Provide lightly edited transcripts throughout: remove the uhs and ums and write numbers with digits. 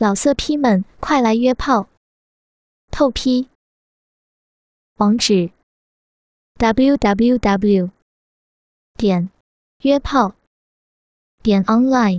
老色批们，快来约炮！透批。网址 www.约炮.online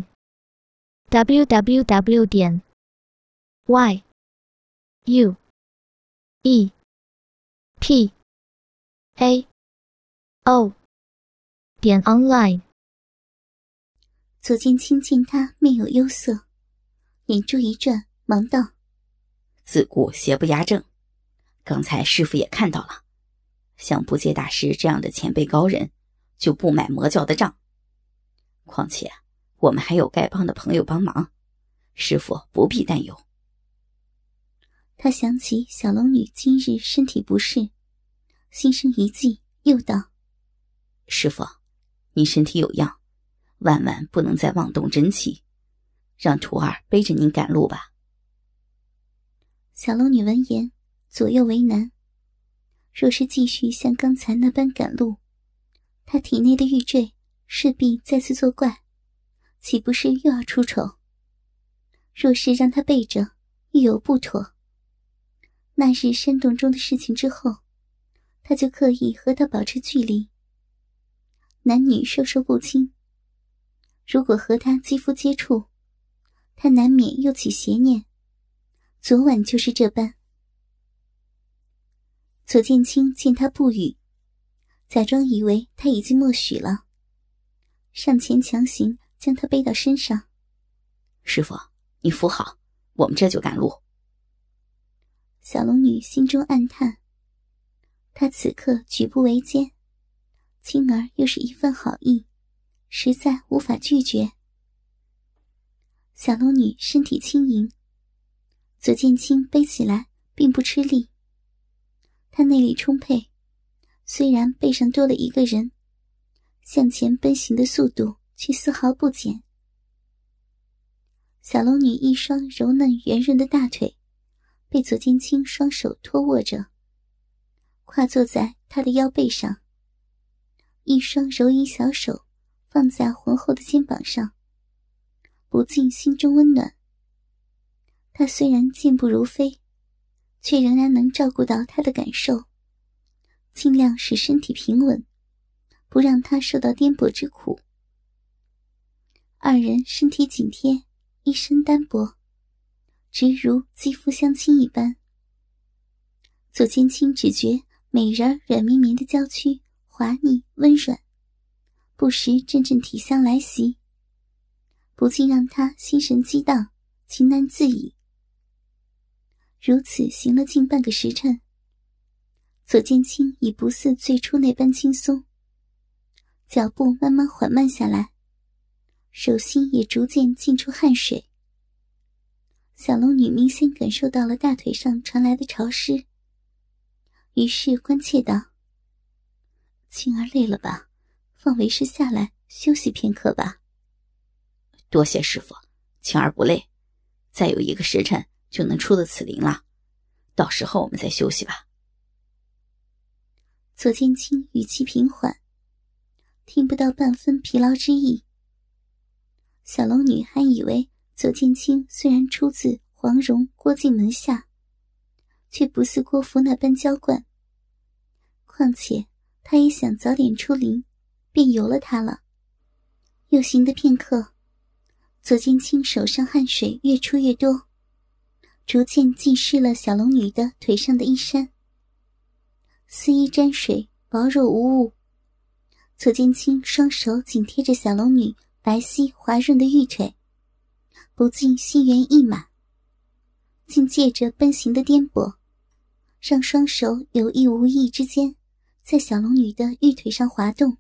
www.yuepao.online。 左剑清见他面有忧色，眼珠一转，忙道： 自古邪不压正，刚才师父也看到了，像不戒大师这样的前辈高人就不买魔教的账，况且我们还有丐帮的朋友帮忙，师父不必担忧。 他想起小龙女今日身体不适，心生一计，又道： 师父，你身体有恙，万万不能再妄动真气，让徒儿背着您赶路吧。 小龙女闻言，左右为难，若是继续像刚才那般赶路，她体内的玉坠势必再次作怪，岂不是又要出丑？若是让她背着，亦有不妥。那日山洞中的事情之后，她就刻意和他保持距离，男女授受不亲，如果和他肌肤接触，他难免又起邪念。昨晚就是这般。左剑清见他不语，假装以为他已经默许了，上前强行将他背到身上。 师父，你扶好，我们这就赶路。 小龙女心中暗叹，她此刻举步维艰，青儿又是一份好意，实在无法拒绝。小龙女身体轻盈，左剑清背起来并不吃力，她内力充沛，虽然背上多了一个人，向前奔行的速度却丝毫不减。小龙女一双柔嫩圆润的大腿被左剑清双手托握着，跨坐在他的腰背上，一双柔银小手放在浑厚的肩膀上，不禁心中温暖。他虽然健步如飞，却仍然能照顾到他的感受，尽量使身体平稳，不让他受到颠簸之苦。二人身体紧贴，一身单薄，直如肌肤相亲一般。左剑清只觉美人软绵绵的娇躯滑腻温软，不时阵阵体香来袭，不禁让他心神激荡，情难自已。如此行了近半个时辰，左剑清已不似最初那般轻松，脚步慢慢缓慢下来，手心也逐渐浸出汗水。小龙女明显感受到了大腿上传来的潮湿，于是关切道：青儿累了吧，放为师下来休息片刻吧。 多谢师父，青儿不累，再有1个时辰就能出得此林了，到时候我们再休息吧。 左剑清语气平缓，听不到半分疲劳之意。小龙女还以为左剑清虽然出自黄蓉郭靖门下，却不似郭芙那般娇惯，况且他也想早点出林，便由了他了。又行得片刻，左剑清手上汗水越出越多，逐渐浸湿了小龙女的腿上的衣衫。丝衣沾水，薄若无物。左剑清双手紧贴着小龙女白皙滑润的玉腿，不禁心猿意马，竟借着奔行的颠簸，让双手有意无意之间在小龙女的玉腿上滑动。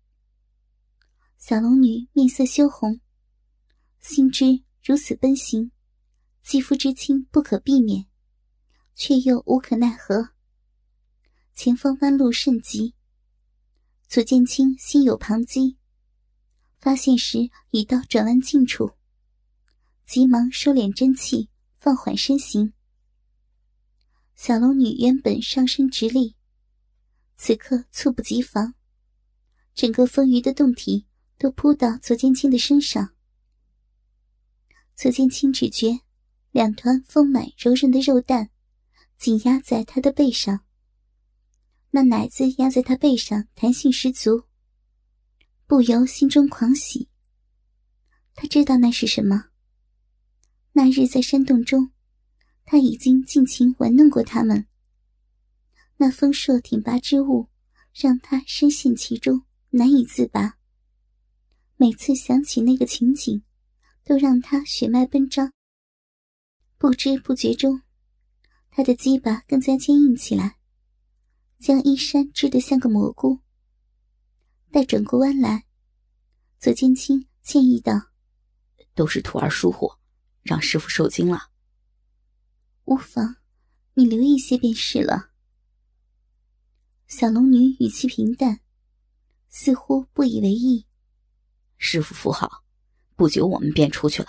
小龙女面色羞红，心知如此奔行，肌肤之亲不可避免，却又无可奈何。前方弯路甚急，左剑清心有旁击，发现时已到转弯近处，急忙收敛真气，放缓身形。小龙女原本上身直立，此刻猝不及防，整个丰腴的胴体都扑到左剑清的身上。左剑清只觉两团丰满柔韧的肉蛋紧压在他的背上，那奶子压在他背上弹性十足，不由心中狂喜。他知道那是什么，那日在山洞中他已经尽情玩弄过他们，那丰硕挺拔之物让他深陷其中难以自拔，每次想起那个情景都让他血脉奔张。不知不觉中，他的鸡巴更加坚硬起来，将衣衫织得像个蘑菇。待转过弯来，左剑清建议道： 都是徒儿疏忽，让师傅受惊了。 无妨，你留意些便是了。小龙女语气平淡，似乎不以为意。 师傅扶好，不久我们便出去了。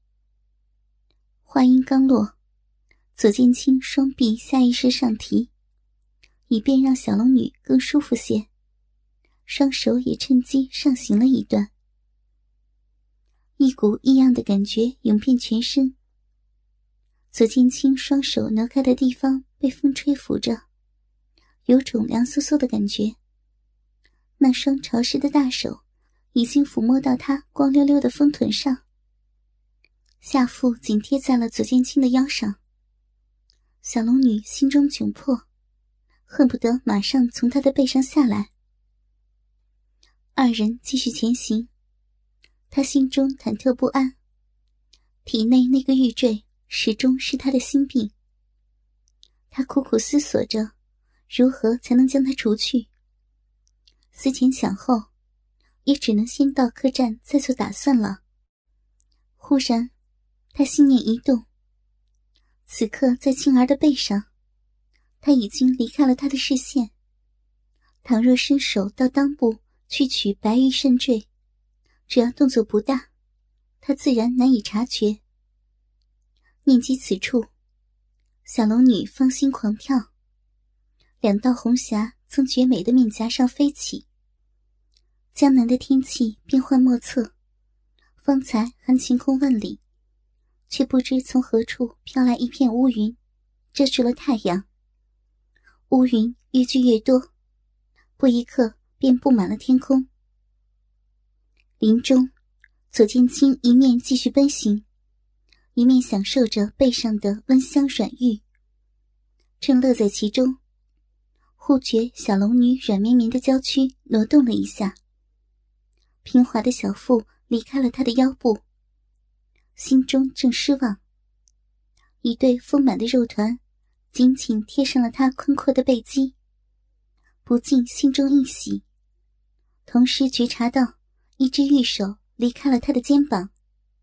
话音刚落，左剑清双臂下意识上提，以便让小龙女更舒服些，双手也趁机上行了一段。一股异样的感觉涌遍全身，左剑清双手挪开的地方被风吹拂着，有种凉飕飕的感觉。那双潮湿的大手已经抚摸到他光溜溜的丰臀上，下腹紧贴在了左剑清的腰上。小龙女心中窘迫，恨不得马上从他的背上下来。二人继续前行，他心中忐忑不安，体内那个玉坠始终是他的心病。他苦苦思索着如何才能将它除去，思前想后，也只能先到客栈再做打算了。忽然他心念一动，此刻在青儿的背上，他已经离开了他的视线。倘若伸手到裆部去取白玉圣坠，只要动作不大，他自然难以察觉。念及此处，小龙女芳心狂跳，两道红霞从绝美的面颊上飞起。江南的天气变幻莫测，方才还晴空万里，却不知从何处飘来一片乌云，遮住了太阳。乌云越聚越多，不一刻便布满了天空。林中，左剑清一面继续奔行，一面享受着背上的温香软玉，正乐在其中，忽觉小龙女软绵绵的娇躯挪动了一下，平滑的小腹离开了她的腰部，心中正失望，一对丰满的肉团紧紧贴上了她宽阔的背肌，不禁心中一喜，同时觉察到一只玉手离开了她的肩膀。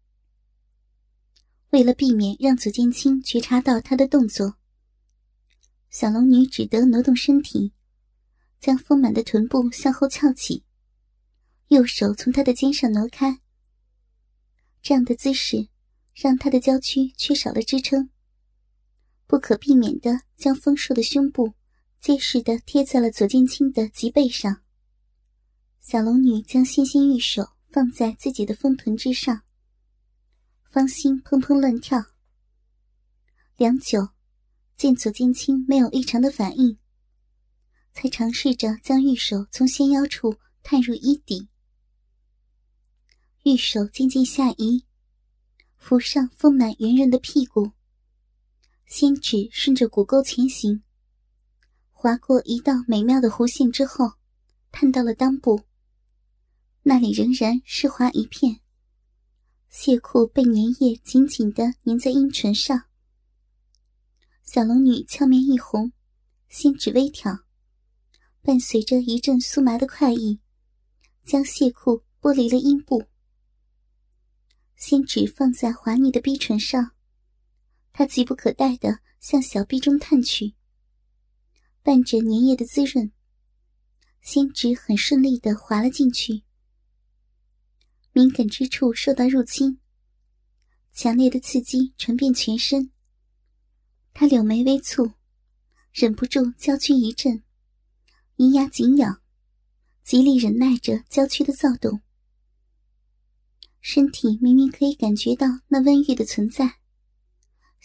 为了避免让左剑清觉察到她的动作，小龙女只得挪动身体，将丰满的臀部向后翘起，右手从她的肩上挪开。这样的姿势让她的娇躯缺少了支撑，不可避免地将丰硕的胸部结实地贴在了左剑清的脊背上。小龙女将纤纤玉手放在自己的丰臀之上，芳心砰砰乱跳。良久，见左剑清没有异常的反应，才尝试着将玉手从纤腰处探入衣底。玉手渐渐下移，扶上丰满圆润的屁股，仙指顺着骨沟前行，划过一道美妙的弧线之后，探到了裆部，那里仍然湿滑一片，亵裤被粘液紧紧地粘在阴唇上。小龙女俏面一红，仙指微挑，伴随着一阵酥麻的快意，将亵裤剥离了阴部。仙指放在滑腻的逼唇上，她急不可待地向小臂中探去，伴着粘液的滋润，仙指很顺利地滑了进去。敏感之处受到入侵，强烈的刺激传遍全身，她柳眉微蹙，忍不住娇躯一震，银牙紧咬，极力忍耐着娇躯的躁动。身体明明可以感觉到那温玉的存在，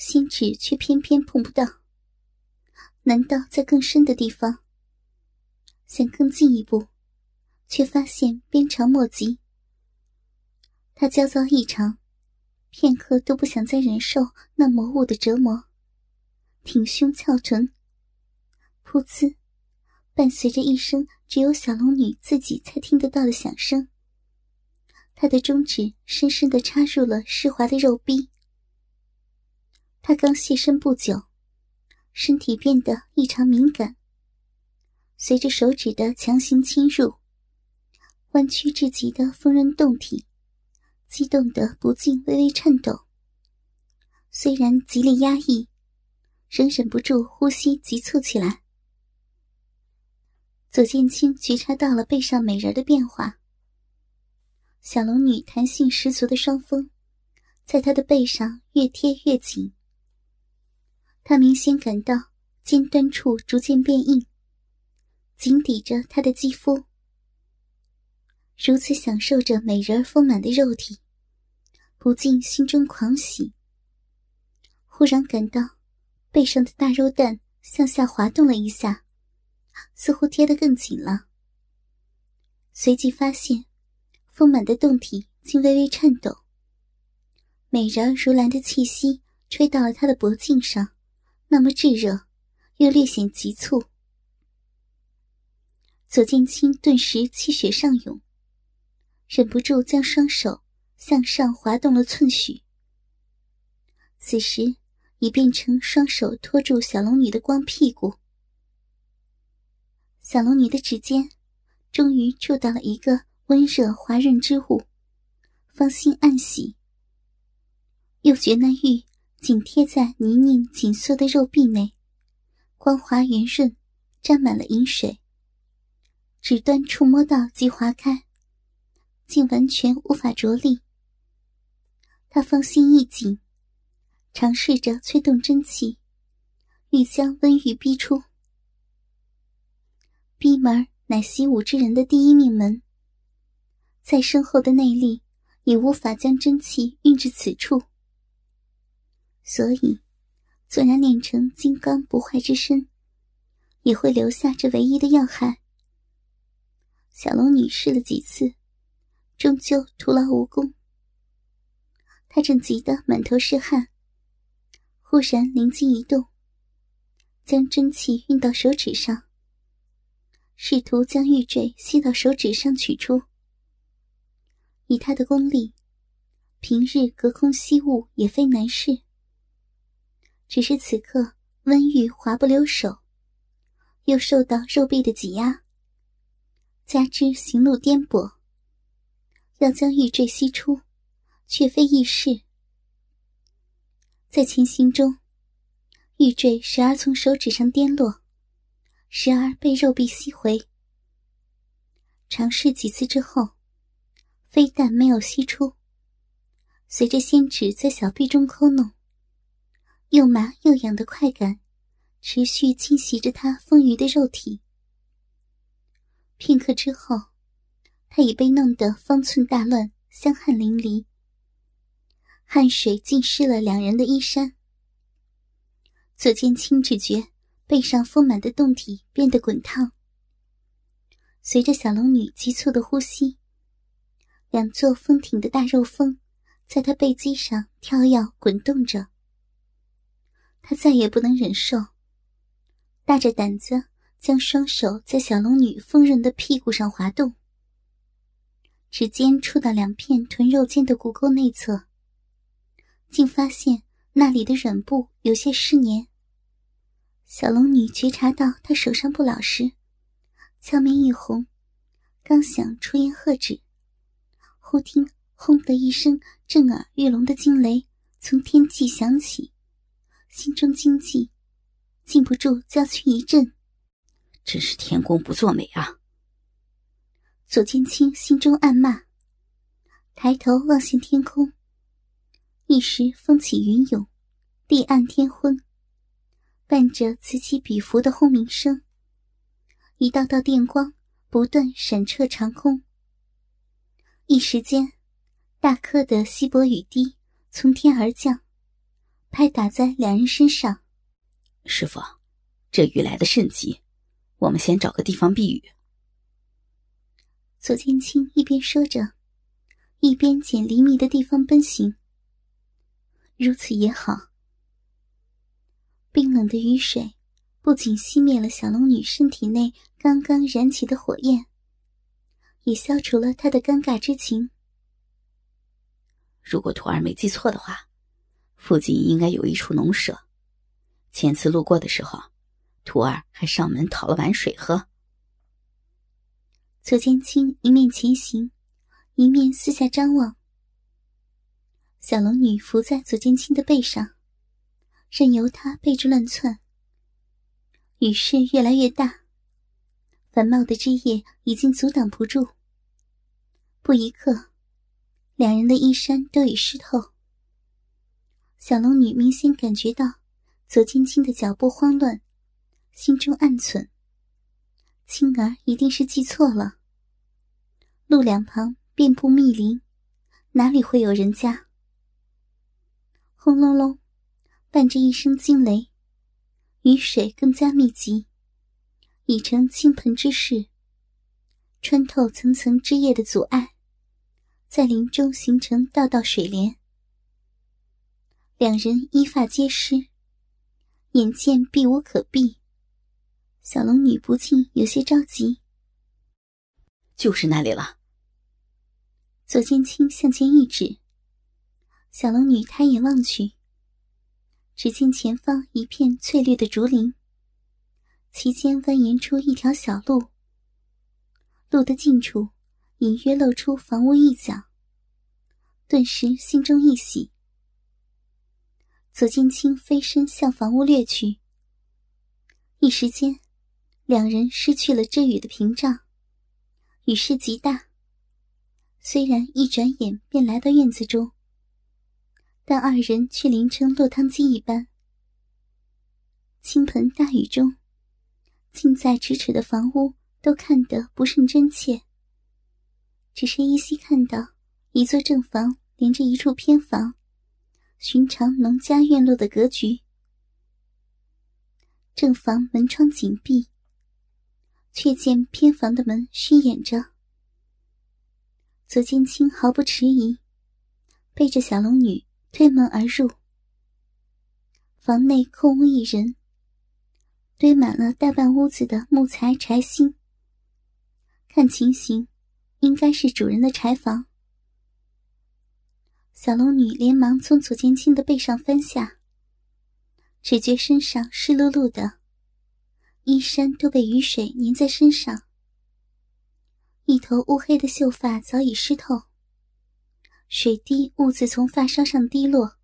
仙指却偏偏碰不到。难道在更深的地方？想更进一步，却发现鞭长莫及。他焦躁异常，片刻都不想再忍受那魔物的折磨，挺胸翘臀，噗呲，伴随着一声只有小龙女自己才听得到的响声，他的中指深深地插入了湿滑的肉壁。他刚现身不久，身体变得异常敏感，随着手指的强行侵入，弯曲至极的丰润胴体激动得不禁微微颤抖，虽然极力压抑，仍忍不住呼吸急促起来。左剑清觉察到了背上美人的变化，小龙女弹性十足的双峰在她的背上越贴越紧，他明显感到尖端处逐渐变硬，紧抵着她的肌肤。如此享受着美人丰满的肉体，不禁心中狂喜。忽然感到背上的大肉蛋向下滑动了一下，似乎贴得更紧了。随即发现丰满的胴体竟微微颤抖，美人如兰的气息吹到了他的脖颈上，那么炙热，又略显急促。左剑清顿时气血上涌，忍不住将双手向上滑动了寸许。此时已变成双手托住小龙女的光屁股。小龙女的指尖终于触到了一个温热滑润之物，芳心暗喜，又觉那玉紧贴在泥泞紧缩的肉壁内，光滑圆润，沾满了银水，指端触摸到即划开，竟完全无法着力。他芳心一紧，尝试着催动真气，欲将温玉逼出。逼门乃习武之人的第一命门，再深厚的内力也无法将真气运至此处，所以纵然练成金刚不坏之身，也会留下这唯一的要害。小龙女试了几次，终究徒劳无功。她正急得满头是汗，忽然灵机一动，将真气运到手指上，试图将玉坠吸到手指上取出。以他的功力，平日隔空吸物也非难事，只是此刻温玉滑不留手，又受到肉壁的挤压，加之行路颠簸，要将玉坠吸出却非易事。在前行中，玉坠时而从手指上颠落，时而被肉壁吸回。尝试几次之后，非但没有吸出，随着仙指在小臂中抠弄，又麻又痒的快感持续侵袭着他丰腴的肉体。片刻之后，他已被弄得方寸大乱，香汗淋漓，汗水浸湿了两人的衣衫。左剑清只觉背上丰满的胴体变得滚烫，随着小龙女急促的呼吸，两座丰挺的大肉峰在他背脊上跳跃滚动着。他再也不能忍受，大着胆子将双手在小龙女丰润的屁股上滑动，指尖触到两片臀肉间的骨沟内侧，竟发现那里的软布有些湿黏。小龙女觉察到他手上不老实，俏面一红，刚想出言喝止，忽听轰的一声震耳欲聋的惊雷从天际响起，心中惊悸，禁不住娇躯一震。 真是天公不作美啊！ 左剑清心中暗骂，抬头望向天空，一时风起云涌，地暗天昏，伴着此起彼伏的轰鸣声，一道道电光不断闪彻长空。一时间，大颗的稀薄雨滴从天而降， 拍打在两人身上。 师傅，这雨来得甚急，我们先找个地方避雨。 左剑清一边说着，一边捡离迷的地方奔行。如此也好。冰冷的雨水不仅熄灭了小龙女身体内刚刚燃起的火焰，也消除了她的尴尬之情。 如果徒儿没记错的话，附近应该有一处农舍，前次路过的时候，徒儿还上门讨了碗水喝。 左剑清一面前行，一面四下张望。小龙女伏在左剑清的背上，任由他背着乱窜。雨势越来越大，繁茂的枝叶已经阻挡不住。不一刻，两人的衣衫都已湿透。小龙女明显感觉到左剑清的脚步慌乱，心中暗忖：青儿一定是记错了。路两旁遍布密林，哪里会有人家？轰隆隆，伴着一声惊雷，雨水更加密集，已成倾盆之势，穿透层层枝叶的阻碍，在林中形成道道水帘。两人衣发皆湿，眼见避无可避，小龙女不禁有些着急。 就是那里了。 左剑清向前一指，小龙女抬眼望去，只见前方一片翠绿的竹林，其间蜿蜒出一条小路，路的近处隐约露出房屋一角，顿时心中一喜。左剑清飞身向房屋掠去，一时间两人失去了遮雨的屏障，雨势极大。虽然一转眼便来到院子中，但二人却淋成落汤鸡一般。倾盆大雨中，近在咫尺的房屋都看得不甚真切，只是依稀看到一座正房连着一处偏房，寻常农家院落的格局。正房门窗紧闭，却见偏房的门虚掩着。左剑清毫不迟疑，背着小龙女推门而入。房内空无一人，堆满了大半屋子的木材柴薪，看情形应该是主人的柴房。小龙女连忙从左剑清的背上翻下，只觉身上湿漉漉的，衣衫都被雨水粘在身上，一头乌黑的秀发早已湿透，水滴兀自从发梢上滴落。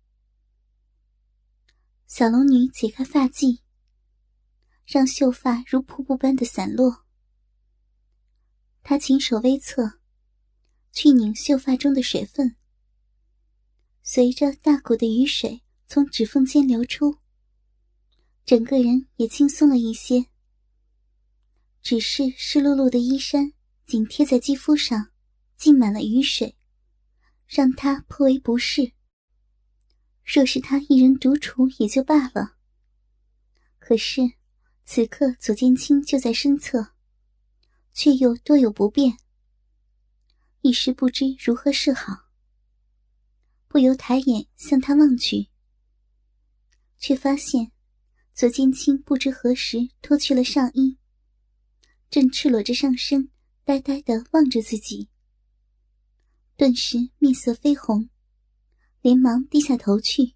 小龙女解开发髻，让秀发如瀑布般的散落。她轻手微侧，去拧秀发中的水分，随着大股的雨水从指缝间流出，整个人也轻松了一些。只是湿漉漉的衣衫紧贴在肌肤上，浸满了雨水，让她颇为不适。若是她一人独处也就罢了，可是此刻左剑清就在身侧，却又多有不便，一时不知如何是好，不由抬眼向他望去，却发现左剑清不知何时脱去了上衣，正赤裸着上身呆呆地望着自己，顿时面色绯红，连忙低下头去。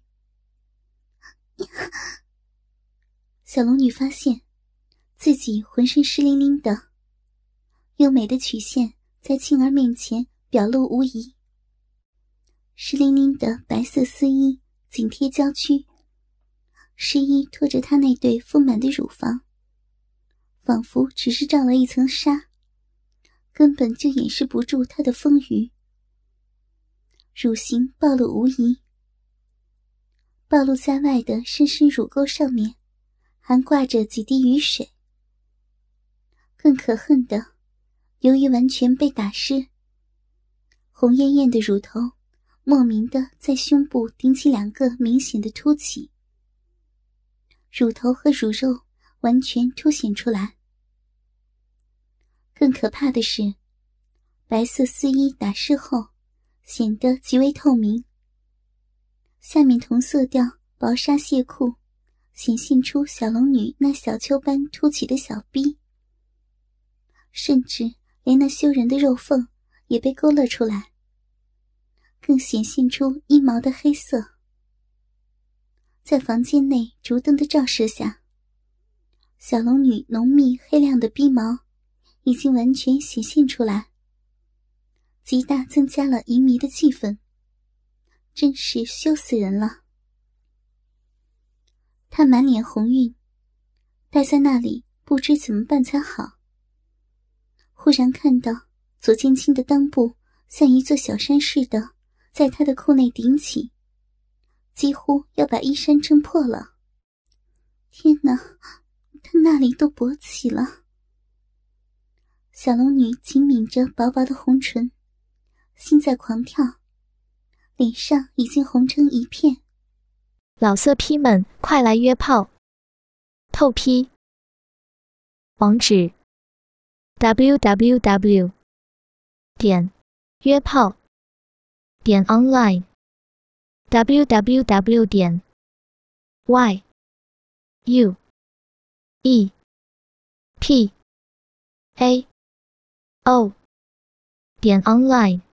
小龙女发现自己浑身湿淋淋的，优美的曲线在青儿面前表露无遗。湿淋淋的白色丝衣紧贴娇躯，湿衣拖着她那对丰满的乳房，仿佛只是罩了一层纱，根本就掩饰不住她的丰腴。乳型暴露无遗，暴露在外的深深乳沟上面还挂着几滴雨水。更可恨的，由于完全被打湿，红艳艳的乳头莫名的在胸部顶起2个明显的凸起，乳头和乳肉完全凸显出来。更可怕的是，白色丝衣打湿后显得极为透明，下面同色调薄纱亵裤显现出小龙女那小丘般凸起的小臂，甚至连那羞人的肉缝也被勾勒出来，更显现出阴毛的黑色。在房间内烛灯的照射下，小龙女浓密黑亮的逼毛已经完全显现出来，极大增加了淫迷的气氛，真是羞死人了。她满脸红晕，待在那里不知怎么办才好。忽然看到左剑清的裆部像一座小山似的在她的裤内顶起，几乎要把衣衫撑破了。天哪，她那里都勃起了。小龙女紧抿着薄薄的红唇，心在狂跳，脸上已经红成一片。 老色批们，快来约炮！透批。网址 www.约炮.online www.yuepao.online